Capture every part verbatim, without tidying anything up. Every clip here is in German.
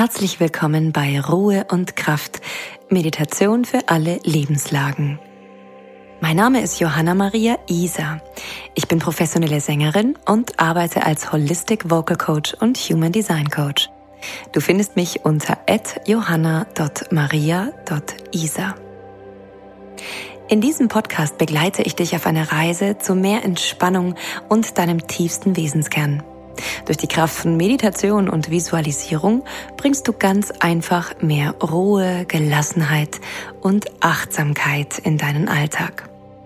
Herzlich willkommen bei Ruhe und Kraft, Meditation für alle Lebenslagen. Mein Name ist Johanna Maria Isa. Ich bin professionelle Sängerin und arbeite als Holistic Vocal Coach und Human Design Coach. Du findest mich unter at johanna punkt maria punkt isa. In diesem Podcast begleite ich dich auf eine Reise zu mehr Entspannung und deinem tiefsten Wesenskern. Durch die Kraft von Meditation und Visualisierung bringst du ganz einfach mehr Ruhe, Gelassenheit und Achtsamkeit in deinen Alltag.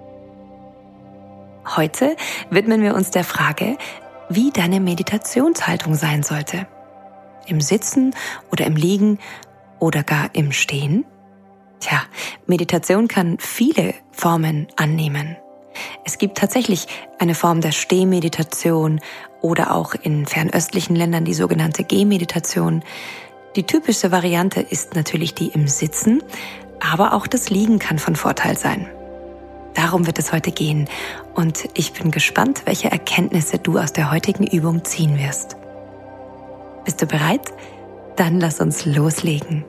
Heute widmen wir uns der Frage, wie deine Meditationshaltung sein sollte. Im Sitzen oder im Liegen oder gar im Stehen? Tja, Meditation kann viele Formen annehmen. Es gibt tatsächlich eine Form der Stehmeditation oder auch in fernöstlichen Ländern die sogenannte Gehmeditation. Die typischste Variante ist natürlich die im Sitzen, aber auch das Liegen kann von Vorteil sein. Darum wird es heute gehen und ich bin gespannt, welche Erkenntnisse du aus der heutigen Übung ziehen wirst. Bist du bereit? Dann lass uns loslegen.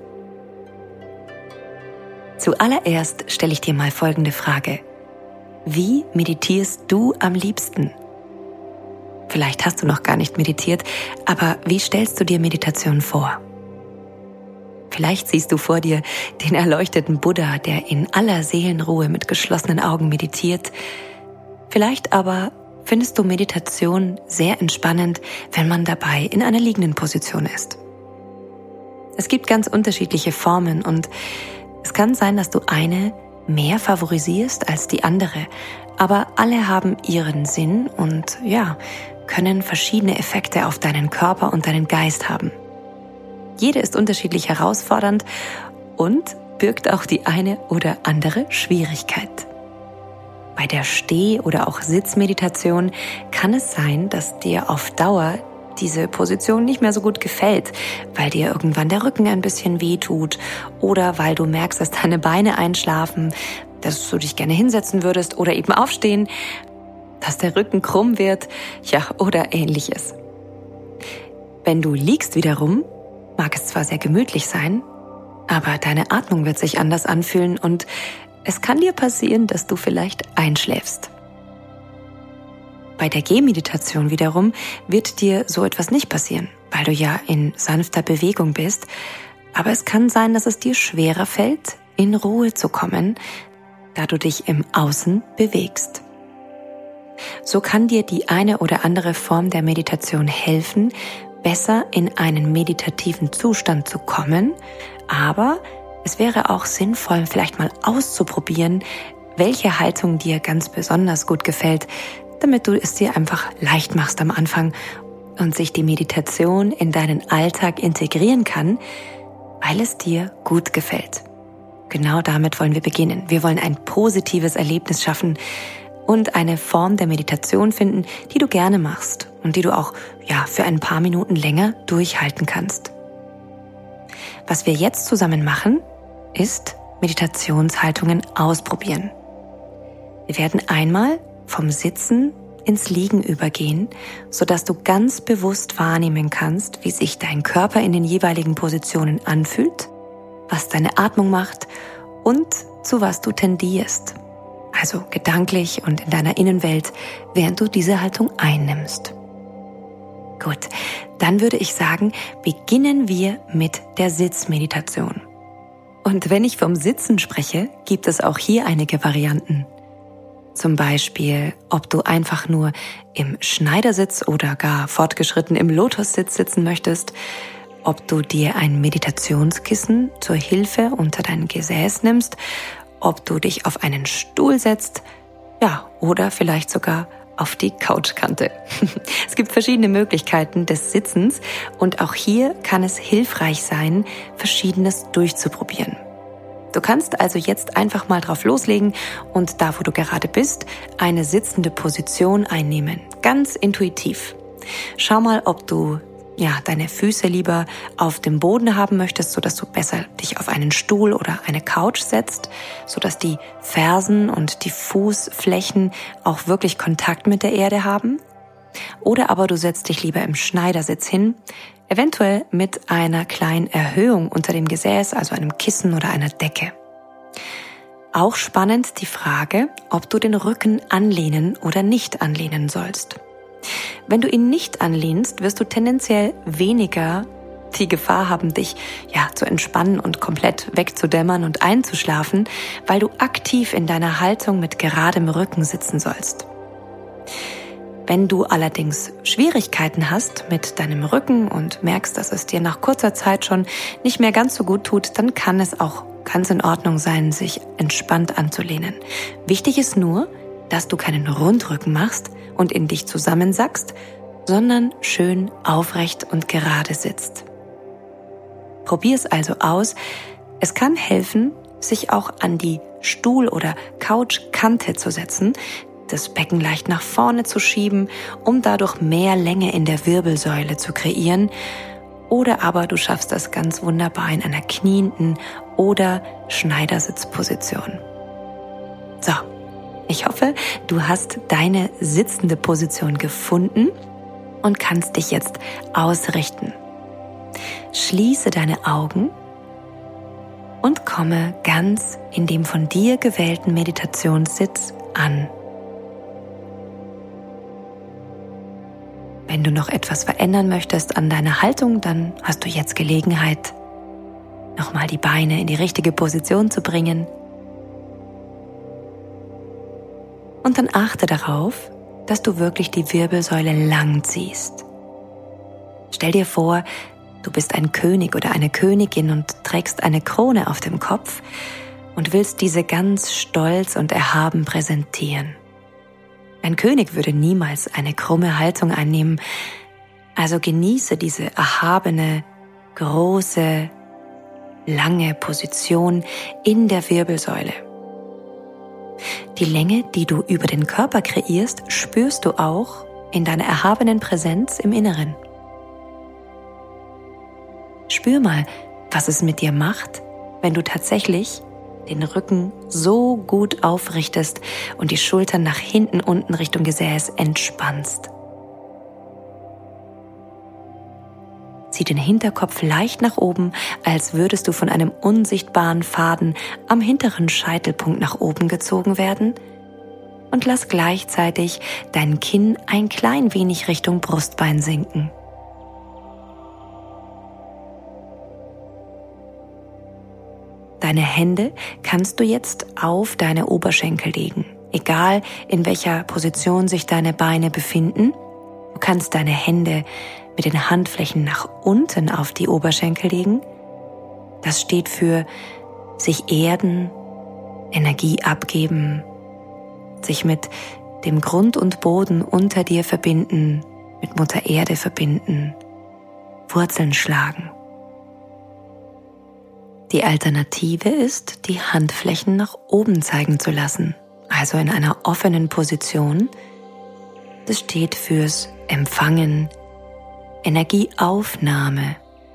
Zuallererst stelle ich dir mal folgende Frage. Wie meditierst du am liebsten? Vielleicht hast du noch gar nicht meditiert, aber wie stellst du dir Meditation vor? Vielleicht siehst du vor dir den erleuchteten Buddha, der in aller Seelenruhe mit geschlossenen Augen meditiert. Vielleicht aber findest du Meditation sehr entspannend, wenn man dabei in einer liegenden Position ist. Es gibt ganz unterschiedliche Formen und es kann sein, dass du eine mehr favorisierst als die andere, aber alle haben ihren Sinn und ja, können verschiedene Effekte auf deinen Körper und deinen Geist haben. Jede ist unterschiedlich herausfordernd und birgt auch die eine oder andere Schwierigkeit. Bei der Steh- oder auch Sitzmeditation kann es sein, dass dir auf Dauer diese Position nicht mehr so gut gefällt, weil dir irgendwann der Rücken ein bisschen wehtut oder weil du merkst, dass deine Beine einschlafen, dass du dich gerne hinsetzen würdest oder eben aufstehen, dass der Rücken krumm wird, ja, oder ähnliches. Wenn du liegst wiederum, mag es zwar sehr gemütlich sein, aber deine Atmung wird sich anders anfühlen und es kann dir passieren, dass du vielleicht einschläfst. Bei der Gehmeditation wiederum wird dir so etwas nicht passieren, weil du ja in sanfter Bewegung bist, aber es kann sein, dass es dir schwerer fällt, in Ruhe zu kommen, da du dich im Außen bewegst. So kann dir die eine oder andere Form der Meditation helfen, besser in einen meditativen Zustand zu kommen, aber es wäre auch sinnvoll, vielleicht mal auszuprobieren, welche Haltung dir ganz besonders gut gefällt, damit du es dir einfach leicht machst am Anfang und sich die Meditation in deinen Alltag integrieren kann, weil es dir gut gefällt. Genau damit wollen wir beginnen. Wir wollen ein positives Erlebnis schaffen und eine Form der Meditation finden, die du gerne machst und die du auch ja, für ein paar Minuten länger durchhalten kannst. Was wir jetzt zusammen machen, ist Meditationshaltungen ausprobieren. Wir werden einmal vom Sitzen ins Liegen übergehen, sodass du ganz bewusst wahrnehmen kannst, wie sich dein Körper in den jeweiligen Positionen anfühlt, was deine Atmung macht und zu was du tendierst. Also gedanklich und in deiner Innenwelt, während du diese Haltung einnimmst. Gut, dann würde ich sagen, beginnen wir mit der Sitzmeditation. Und wenn ich vom Sitzen spreche, gibt es auch hier einige Varianten. Zum Beispiel, ob du einfach nur im Schneidersitz oder gar fortgeschritten im Lotussitz sitzen möchtest, ob du dir ein Meditationskissen zur Hilfe unter dein Gesäß nimmst, ob du dich auf einen Stuhl setzt, ja, oder vielleicht sogar auf die Couchkante. Es gibt verschiedene Möglichkeiten des Sitzens und auch hier kann es hilfreich sein, Verschiedenes durchzuprobieren. Du kannst also jetzt einfach mal drauf loslegen und da, wo du gerade bist, eine sitzende Position einnehmen. Ganz intuitiv. Schau mal, ob du ja, deine Füße lieber auf dem Boden haben möchtest, sodass du besser dich auf einen Stuhl oder eine Couch setzt, sodass die Fersen und die Fußflächen auch wirklich Kontakt mit der Erde haben. Oder aber du setzt dich lieber im Schneidersitz hin, Eventuell mit einer kleinen Erhöhung unter dem Gesäß, also einem Kissen oder einer Decke. Auch spannend die Frage, ob du den Rücken anlehnen oder nicht anlehnen sollst. Wenn du ihn nicht anlehnst, wirst du tendenziell weniger die Gefahr haben, dich ja zu entspannen und komplett wegzudämmern und einzuschlafen, weil du aktiv in deiner Haltung mit geradem Rücken sitzen sollst. Wenn du allerdings Schwierigkeiten hast mit deinem Rücken und merkst, dass es dir nach kurzer Zeit schon nicht mehr ganz so gut tut, dann kann es auch ganz in Ordnung sein, sich entspannt anzulehnen. Wichtig ist nur, dass du keinen Rundrücken machst und in dich zusammensackst, sondern schön aufrecht und gerade sitzt. Probier es also aus. Es kann helfen, sich auch an die Stuhl- oder Couchkante zu setzen, das Becken leicht nach vorne zu schieben, um dadurch mehr Länge in der Wirbelsäule zu kreieren. Oder aber du schaffst das ganz wunderbar in einer knienden oder Schneidersitzposition. So, ich hoffe, du hast deine sitzende Position gefunden und kannst dich jetzt ausrichten. Schließe deine Augen und komme ganz in dem von dir gewählten Meditationssitz an. Wenn du noch etwas verändern möchtest an deiner Haltung, dann hast du jetzt Gelegenheit, nochmal die Beine in die richtige Position zu bringen. Und dann achte darauf, dass du wirklich die Wirbelsäule lang ziehst. Stell dir vor, du bist ein König oder eine Königin und trägst eine Krone auf dem Kopf und willst diese ganz stolz und erhaben präsentieren. Ein König würde niemals eine krumme Haltung einnehmen, also genieße diese erhabene, große, lange Position in der Wirbelsäule. Die Länge, die du über den Körper kreierst, spürst du auch in deiner erhabenen Präsenz im Inneren. Spür mal, was es mit dir macht, wenn du tatsächlich den Rücken so gut aufrichtest und die Schultern nach hinten unten Richtung Gesäß entspannst. Zieh den Hinterkopf leicht nach oben, als würdest du von einem unsichtbaren Faden am hinteren Scheitelpunkt nach oben gezogen werden, und lass gleichzeitig dein Kinn ein klein wenig Richtung Brustbein sinken. Deine Hände kannst du jetzt auf deine Oberschenkel legen, egal in welcher Position sich deine Beine befinden. Du kannst deine Hände mit den Handflächen nach unten auf die Oberschenkel legen. Das steht für sich erden, Energie abgeben, sich mit dem Grund und Boden unter dir verbinden, mit Mutter Erde verbinden, Wurzeln schlagen. Die Alternative ist, die Handflächen nach oben zeigen zu lassen, also in einer offenen Position. Das steht fürs Empfangen, Energieaufnahme.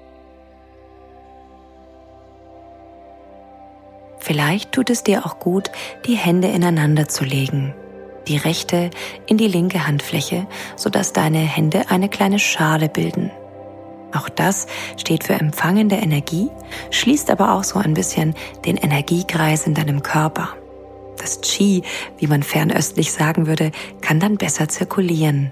Vielleicht tut es dir auch gut, die Hände ineinander zu legen, die rechte in die linke Handfläche, sodass deine Hände eine kleine Schale bilden. Auch das steht für empfangende Energie, schließt aber auch so ein bisschen den Energiekreis in deinem Körper. Das Qi, wie man fernöstlich sagen würde, kann dann besser zirkulieren.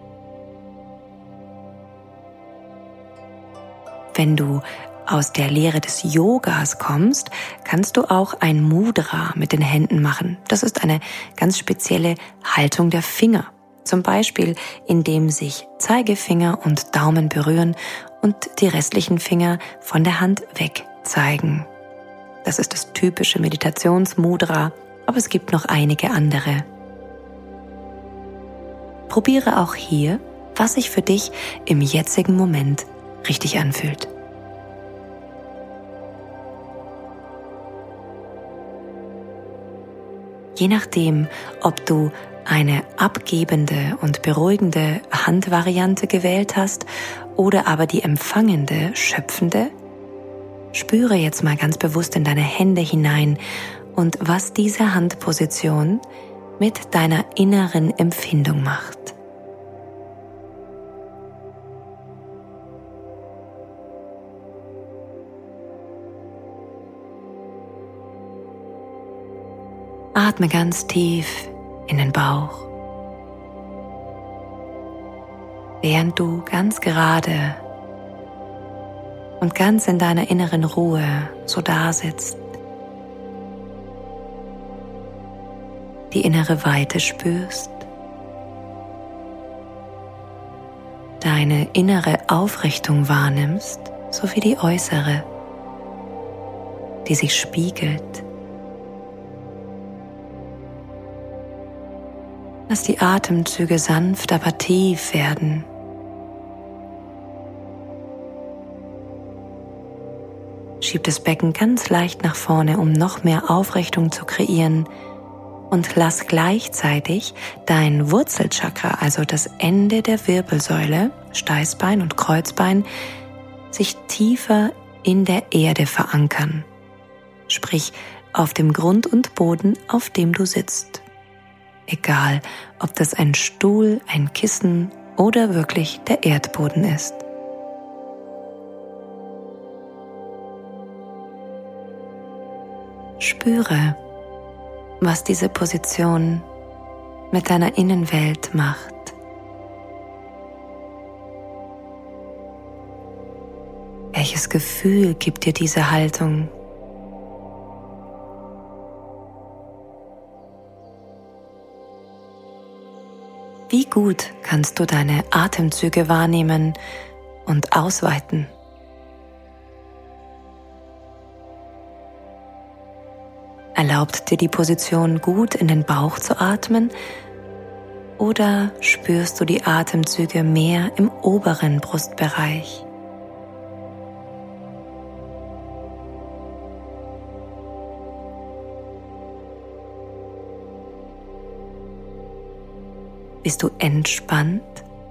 Wenn du aus der Lehre des Yogas kommst, kannst du auch ein Mudra mit den Händen machen. Das ist eine ganz spezielle Haltung der Finger. Zum Beispiel, indem sich Zeigefinger und Daumen berühren und die restlichen Finger von der Hand weg zeigen. Das ist das typische Meditationsmudra, aber es gibt noch einige andere. Probiere auch hier, was sich für dich im jetzigen Moment richtig anfühlt. Je nachdem, ob du eine abgebende und beruhigende Handvariante gewählt hast oder aber die empfangende, schöpfende, spüre jetzt mal ganz bewusst in deine Hände hinein und was diese Handposition mit deiner inneren Empfindung macht. Atme ganz tief in den Bauch, während du ganz gerade und ganz in deiner inneren Ruhe so dasitzt. Die innere Weite spürst, deine innere Aufrichtung wahrnimmst, sowie die äußere, die sich spiegelt. Lass die Atemzüge sanft, aber tief werden. Schieb das Becken ganz leicht nach vorne, um noch mehr Aufrichtung zu kreieren. Und lass gleichzeitig dein Wurzelchakra, also das Ende der Wirbelsäule, Steißbein und Kreuzbein, sich tiefer in der Erde verankern. Sprich, auf dem Grund und Boden, auf dem du sitzt. Egal, ob das ein Stuhl, ein Kissen oder wirklich der Erdboden ist. Spüre, was diese Position mit deiner Innenwelt macht. Welches Gefühl gibt dir diese Haltung? Wie gut kannst du deine Atemzüge wahrnehmen und ausweiten? Erlaubt dir die Position gut in den Bauch zu atmen oder spürst du die Atemzüge mehr im oberen Brustbereich? Bist du entspannt?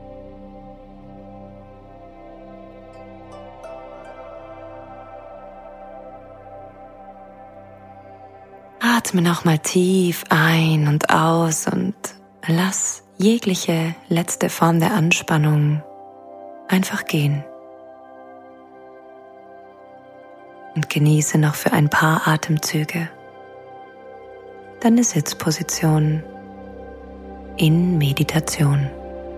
Atme nochmal tief ein und aus und lass jegliche letzte Form der Anspannung einfach gehen. Und genieße noch für ein paar Atemzüge deine Sitzposition in Meditation.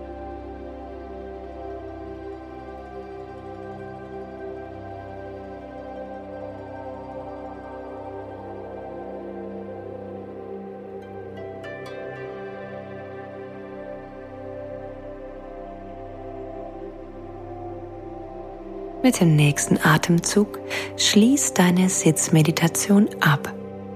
Mit dem nächsten Atemzug schließ deine Sitzmeditation ab.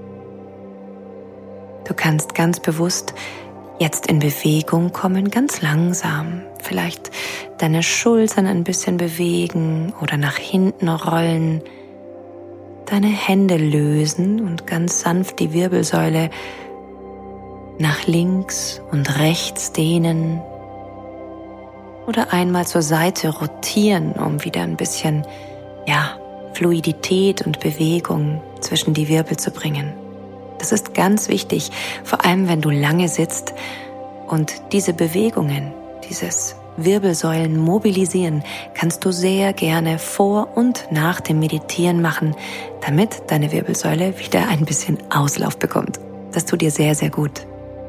Du kannst ganz bewusst jetzt in Bewegung kommen, ganz langsam. Vielleicht deine Schultern ein bisschen bewegen oder nach hinten rollen. Deine Hände lösen und ganz sanft die Wirbelsäule nach links und rechts dehnen. Oder einmal zur Seite rotieren, um wieder ein bisschen, ja, Fluidität und Bewegung zwischen die Wirbel zu bringen. Das ist ganz wichtig, vor allem wenn du lange sitzt und diese Bewegungen, dieses Wirbelsäulen mobilisieren, kannst du sehr gerne vor und nach dem Meditieren machen, damit deine Wirbelsäule wieder ein bisschen Auslauf bekommt. Das tut dir sehr, sehr gut.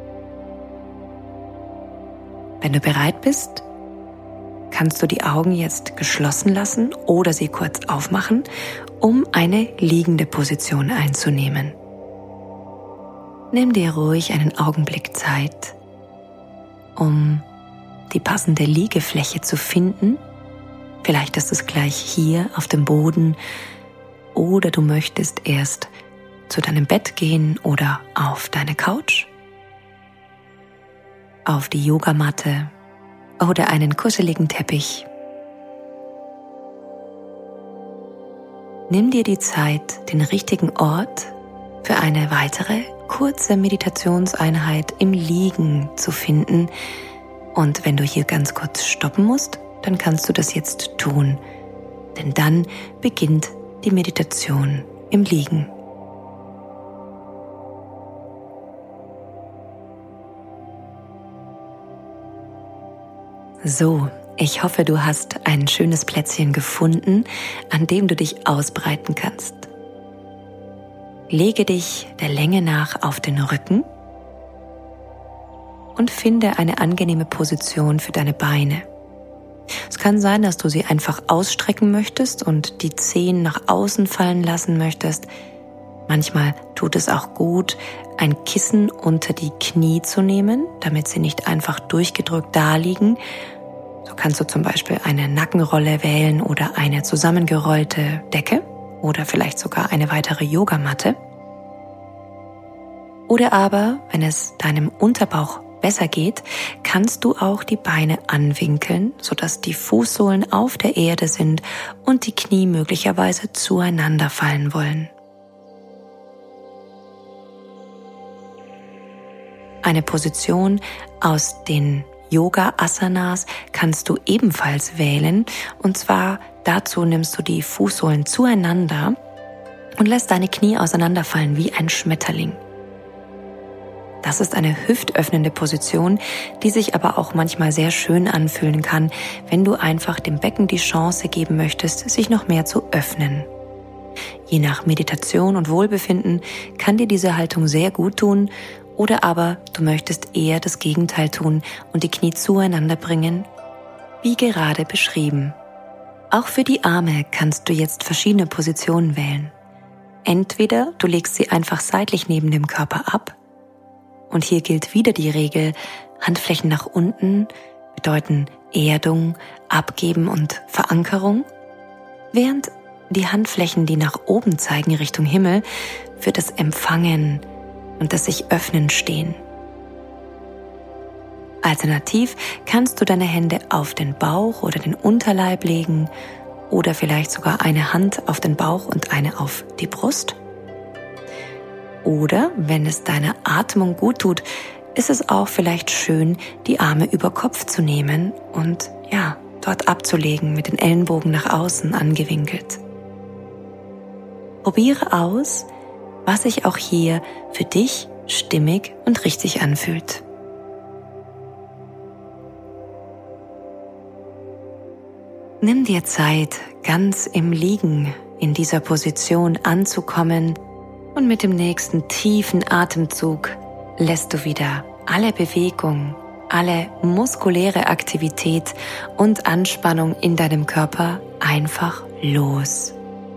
Wenn du bereit bist, kannst du die Augen jetzt geschlossen lassen oder sie kurz aufmachen, um eine liegende Position einzunehmen. Nimm dir ruhig einen Augenblick Zeit, um die passende Liegefläche zu finden. Vielleicht ist es gleich hier auf dem Boden oder du möchtest erst zu deinem Bett gehen oder auf deine Couch, auf die Yogamatte oder einen kuscheligen Teppich. Nimm dir die Zeit, den richtigen Ort für eine weitere kurze Meditationseinheit im Liegen zu finden. Und wenn du hier ganz kurz stoppen musst, dann kannst du das jetzt tun. Denn dann beginnt die Meditation im Liegen. So, ich hoffe, du hast ein schönes Plätzchen gefunden, an dem du dich ausbreiten kannst. lege dich der Länge nach auf den Rücken und finde eine angenehme Position für deine Beine. Es kann sein, dass du sie einfach ausstrecken möchtest und die Zehen nach außen fallen lassen möchtest. Manchmal tut es auch gut, ein Kissen unter die Knie zu nehmen, damit sie nicht einfach durchgedrückt daliegen. So kannst du zum Beispiel eine Nackenrolle wählen oder eine zusammengerollte Decke oder vielleicht sogar eine weitere Yogamatte. Oder aber, wenn es deinem Unterbauch besser geht, kannst du auch die Beine anwinkeln, sodass die Fußsohlen auf der Erde sind und die Knie möglicherweise zueinander fallen wollen. Eine Position aus den Yoga-Asanas kannst du ebenfalls wählen, und zwar dazu nimmst du die Fußsohlen zueinander und lässt deine Knie auseinanderfallen wie ein Schmetterling. Das ist eine hüftöffnende Position, die sich aber auch manchmal sehr schön anfühlen kann, wenn du einfach dem Becken die Chance geben möchtest, sich noch mehr zu öffnen. Je nach Meditation und Wohlbefinden kann dir diese Haltung sehr gut tun, oder aber du möchtest eher das Gegenteil tun und die Knie zueinander bringen, wie gerade beschrieben. Auch für die Arme kannst du jetzt verschiedene Positionen wählen. Entweder du legst sie einfach seitlich neben dem Körper ab, und hier gilt wieder die Regel, Handflächen nach unten bedeuten Erdung, Abgeben und Verankerung, während die Handflächen, die nach oben zeigen Richtung Himmel, für das Empfangen und das sich öffnen stehen. Alternativ kannst du deine Hände auf den Bauch oder den Unterleib legen oder vielleicht sogar eine Hand auf den Bauch und eine auf die Brust. Oder, wenn es deiner Atmung gut tut, ist es auch vielleicht schön, die Arme über Kopf zu nehmen und ja, dort abzulegen mit den Ellenbogen nach außen angewinkelt. Probiere aus, was sich auch hier für dich stimmig und richtig anfühlt. Nimm dir Zeit, ganz im Liegen in dieser Position anzukommen, und mit dem nächsten tiefen Atemzug lässt du wieder alle Bewegung, alle muskuläre Aktivität und Anspannung in deinem Körper einfach los.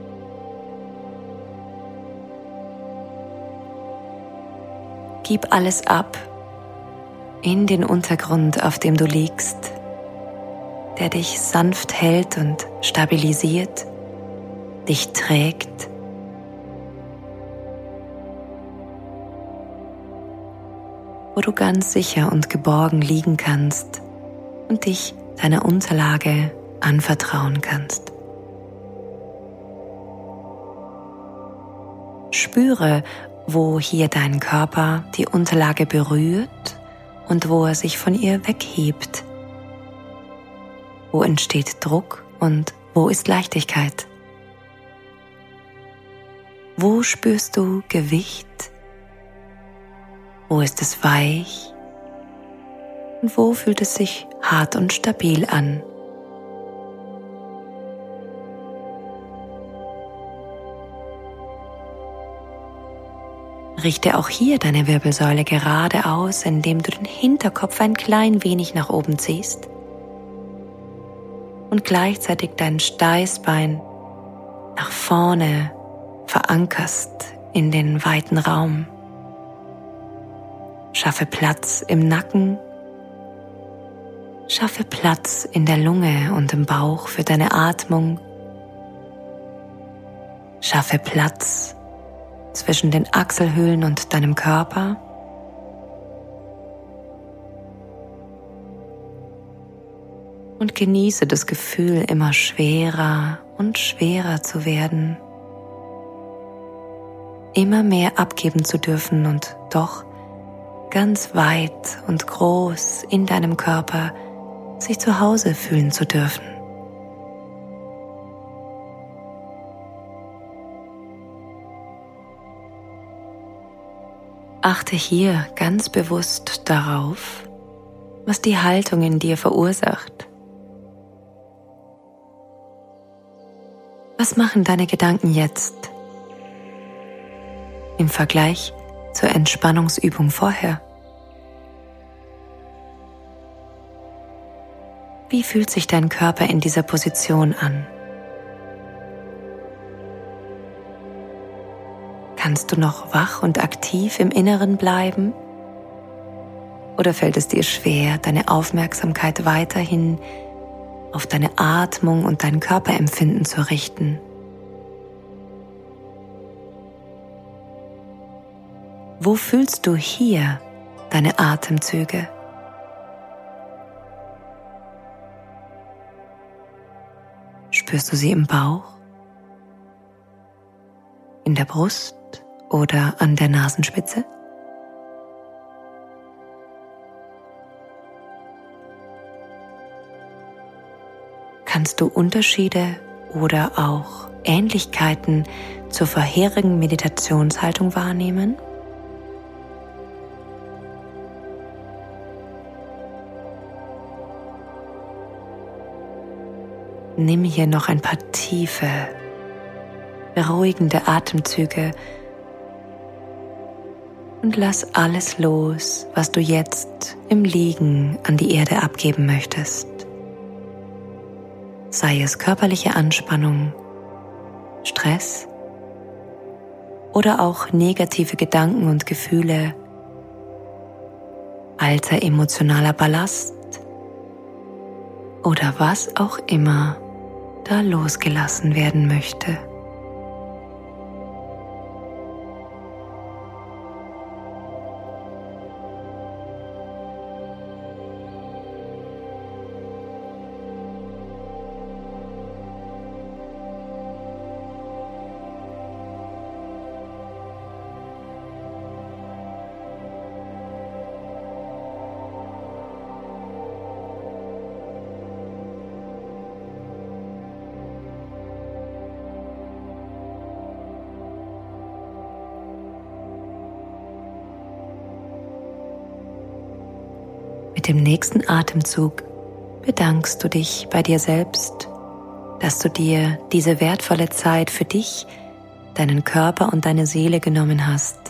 Gib alles ab in den Untergrund, auf dem du liegst, der dich sanft hält und stabilisiert, dich trägt, wo du ganz sicher und geborgen liegen kannst und dich deiner Unterlage anvertrauen kannst. Spüre, wo hier dein Körper die Unterlage berührt und wo er sich von ihr weghebt. Wo entsteht Druck und wo ist Leichtigkeit? Wo spürst du Gewicht? Wo ist es weich? Und wo fühlt es sich hart und stabil an? Richte auch hier deine Wirbelsäule gerade aus, indem du den Hinterkopf ein klein wenig nach oben ziehst und gleichzeitig dein Steißbein nach vorne verankerst in den weiten Raum. Schaffe Platz im Nacken, schaffe Platz in der Lunge und im Bauch für deine Atmung, schaffe Platz zwischen den Achselhöhlen und deinem Körper. Und genieße das Gefühl, immer schwerer und schwerer zu werden, immer mehr abgeben zu dürfen und doch ganz weit und groß in deinem Körper sich zu Hause fühlen zu dürfen. Achte hier ganz bewusst darauf, was die Haltung in dir verursacht. Was machen deine Gedanken jetzt? im Vergleich zur Entspannungsübung vorher? Wie fühlt sich dein Körper in dieser Position an? Kannst du noch wach und aktiv im Inneren bleiben? Oder fällt es dir schwer, deine Aufmerksamkeit weiterhin auf deine Atmung und dein Körperempfinden zu richten? Wo fühlst du hier deine Atemzüge? Spürst du sie im Bauch, in der Brust oder an der Nasenspitze? Kannst du Unterschiede oder auch Ähnlichkeiten zur vorherigen Meditationshaltung wahrnehmen? Nimm hier noch ein paar tiefe, beruhigende Atemzüge und lass alles los, was du jetzt im Liegen an die Erde abgeben möchtest. Sei es körperliche Anspannung, Stress oder auch negative Gedanken und Gefühle, alter emotionaler Ballast oder was auch immer da losgelassen werden möchte. Mit dem nächsten Atemzug bedankst du dich bei dir selbst, dass du dir diese wertvolle Zeit für dich, deinen Körper und deine Seele genommen hast.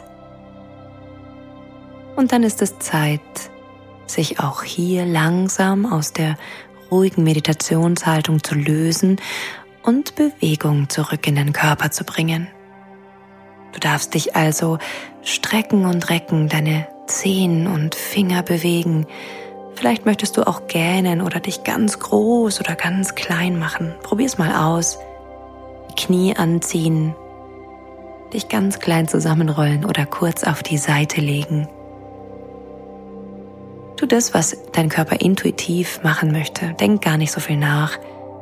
Und dann ist es Zeit, sich auch hier langsam aus der ruhigen Meditationshaltung zu lösen und Bewegung zurück in den Körper zu bringen. Du darfst dich also strecken und recken, deine Zehen und Finger bewegen. Vielleicht möchtest du auch gähnen oder dich ganz groß oder ganz klein machen. Probier's mal aus. Die Knie anziehen, dich ganz klein zusammenrollen oder kurz auf die Seite legen. Tu das, was dein Körper intuitiv machen möchte. Denk gar nicht so viel nach.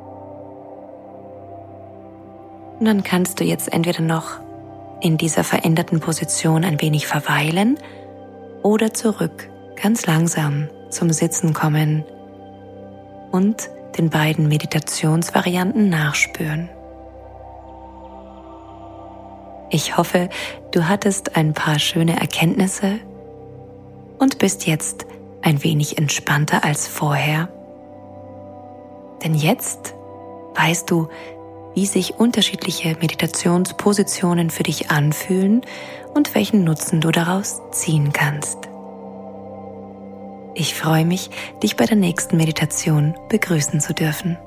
Und dann kannst du jetzt entweder noch in dieser veränderten Position ein wenig verweilen oder zurück, ganz langsam zum Sitzen kommen und den beiden Meditationsvarianten nachspüren. Ich hoffe, du hattest ein paar schöne Erkenntnisse und bist jetzt ein wenig entspannter als vorher. Denn jetzt weißt du, wie sich unterschiedliche Meditationspositionen für dich anfühlen und welchen Nutzen du daraus ziehen kannst. Ich freue mich, dich bei der nächsten Meditation begrüßen zu dürfen.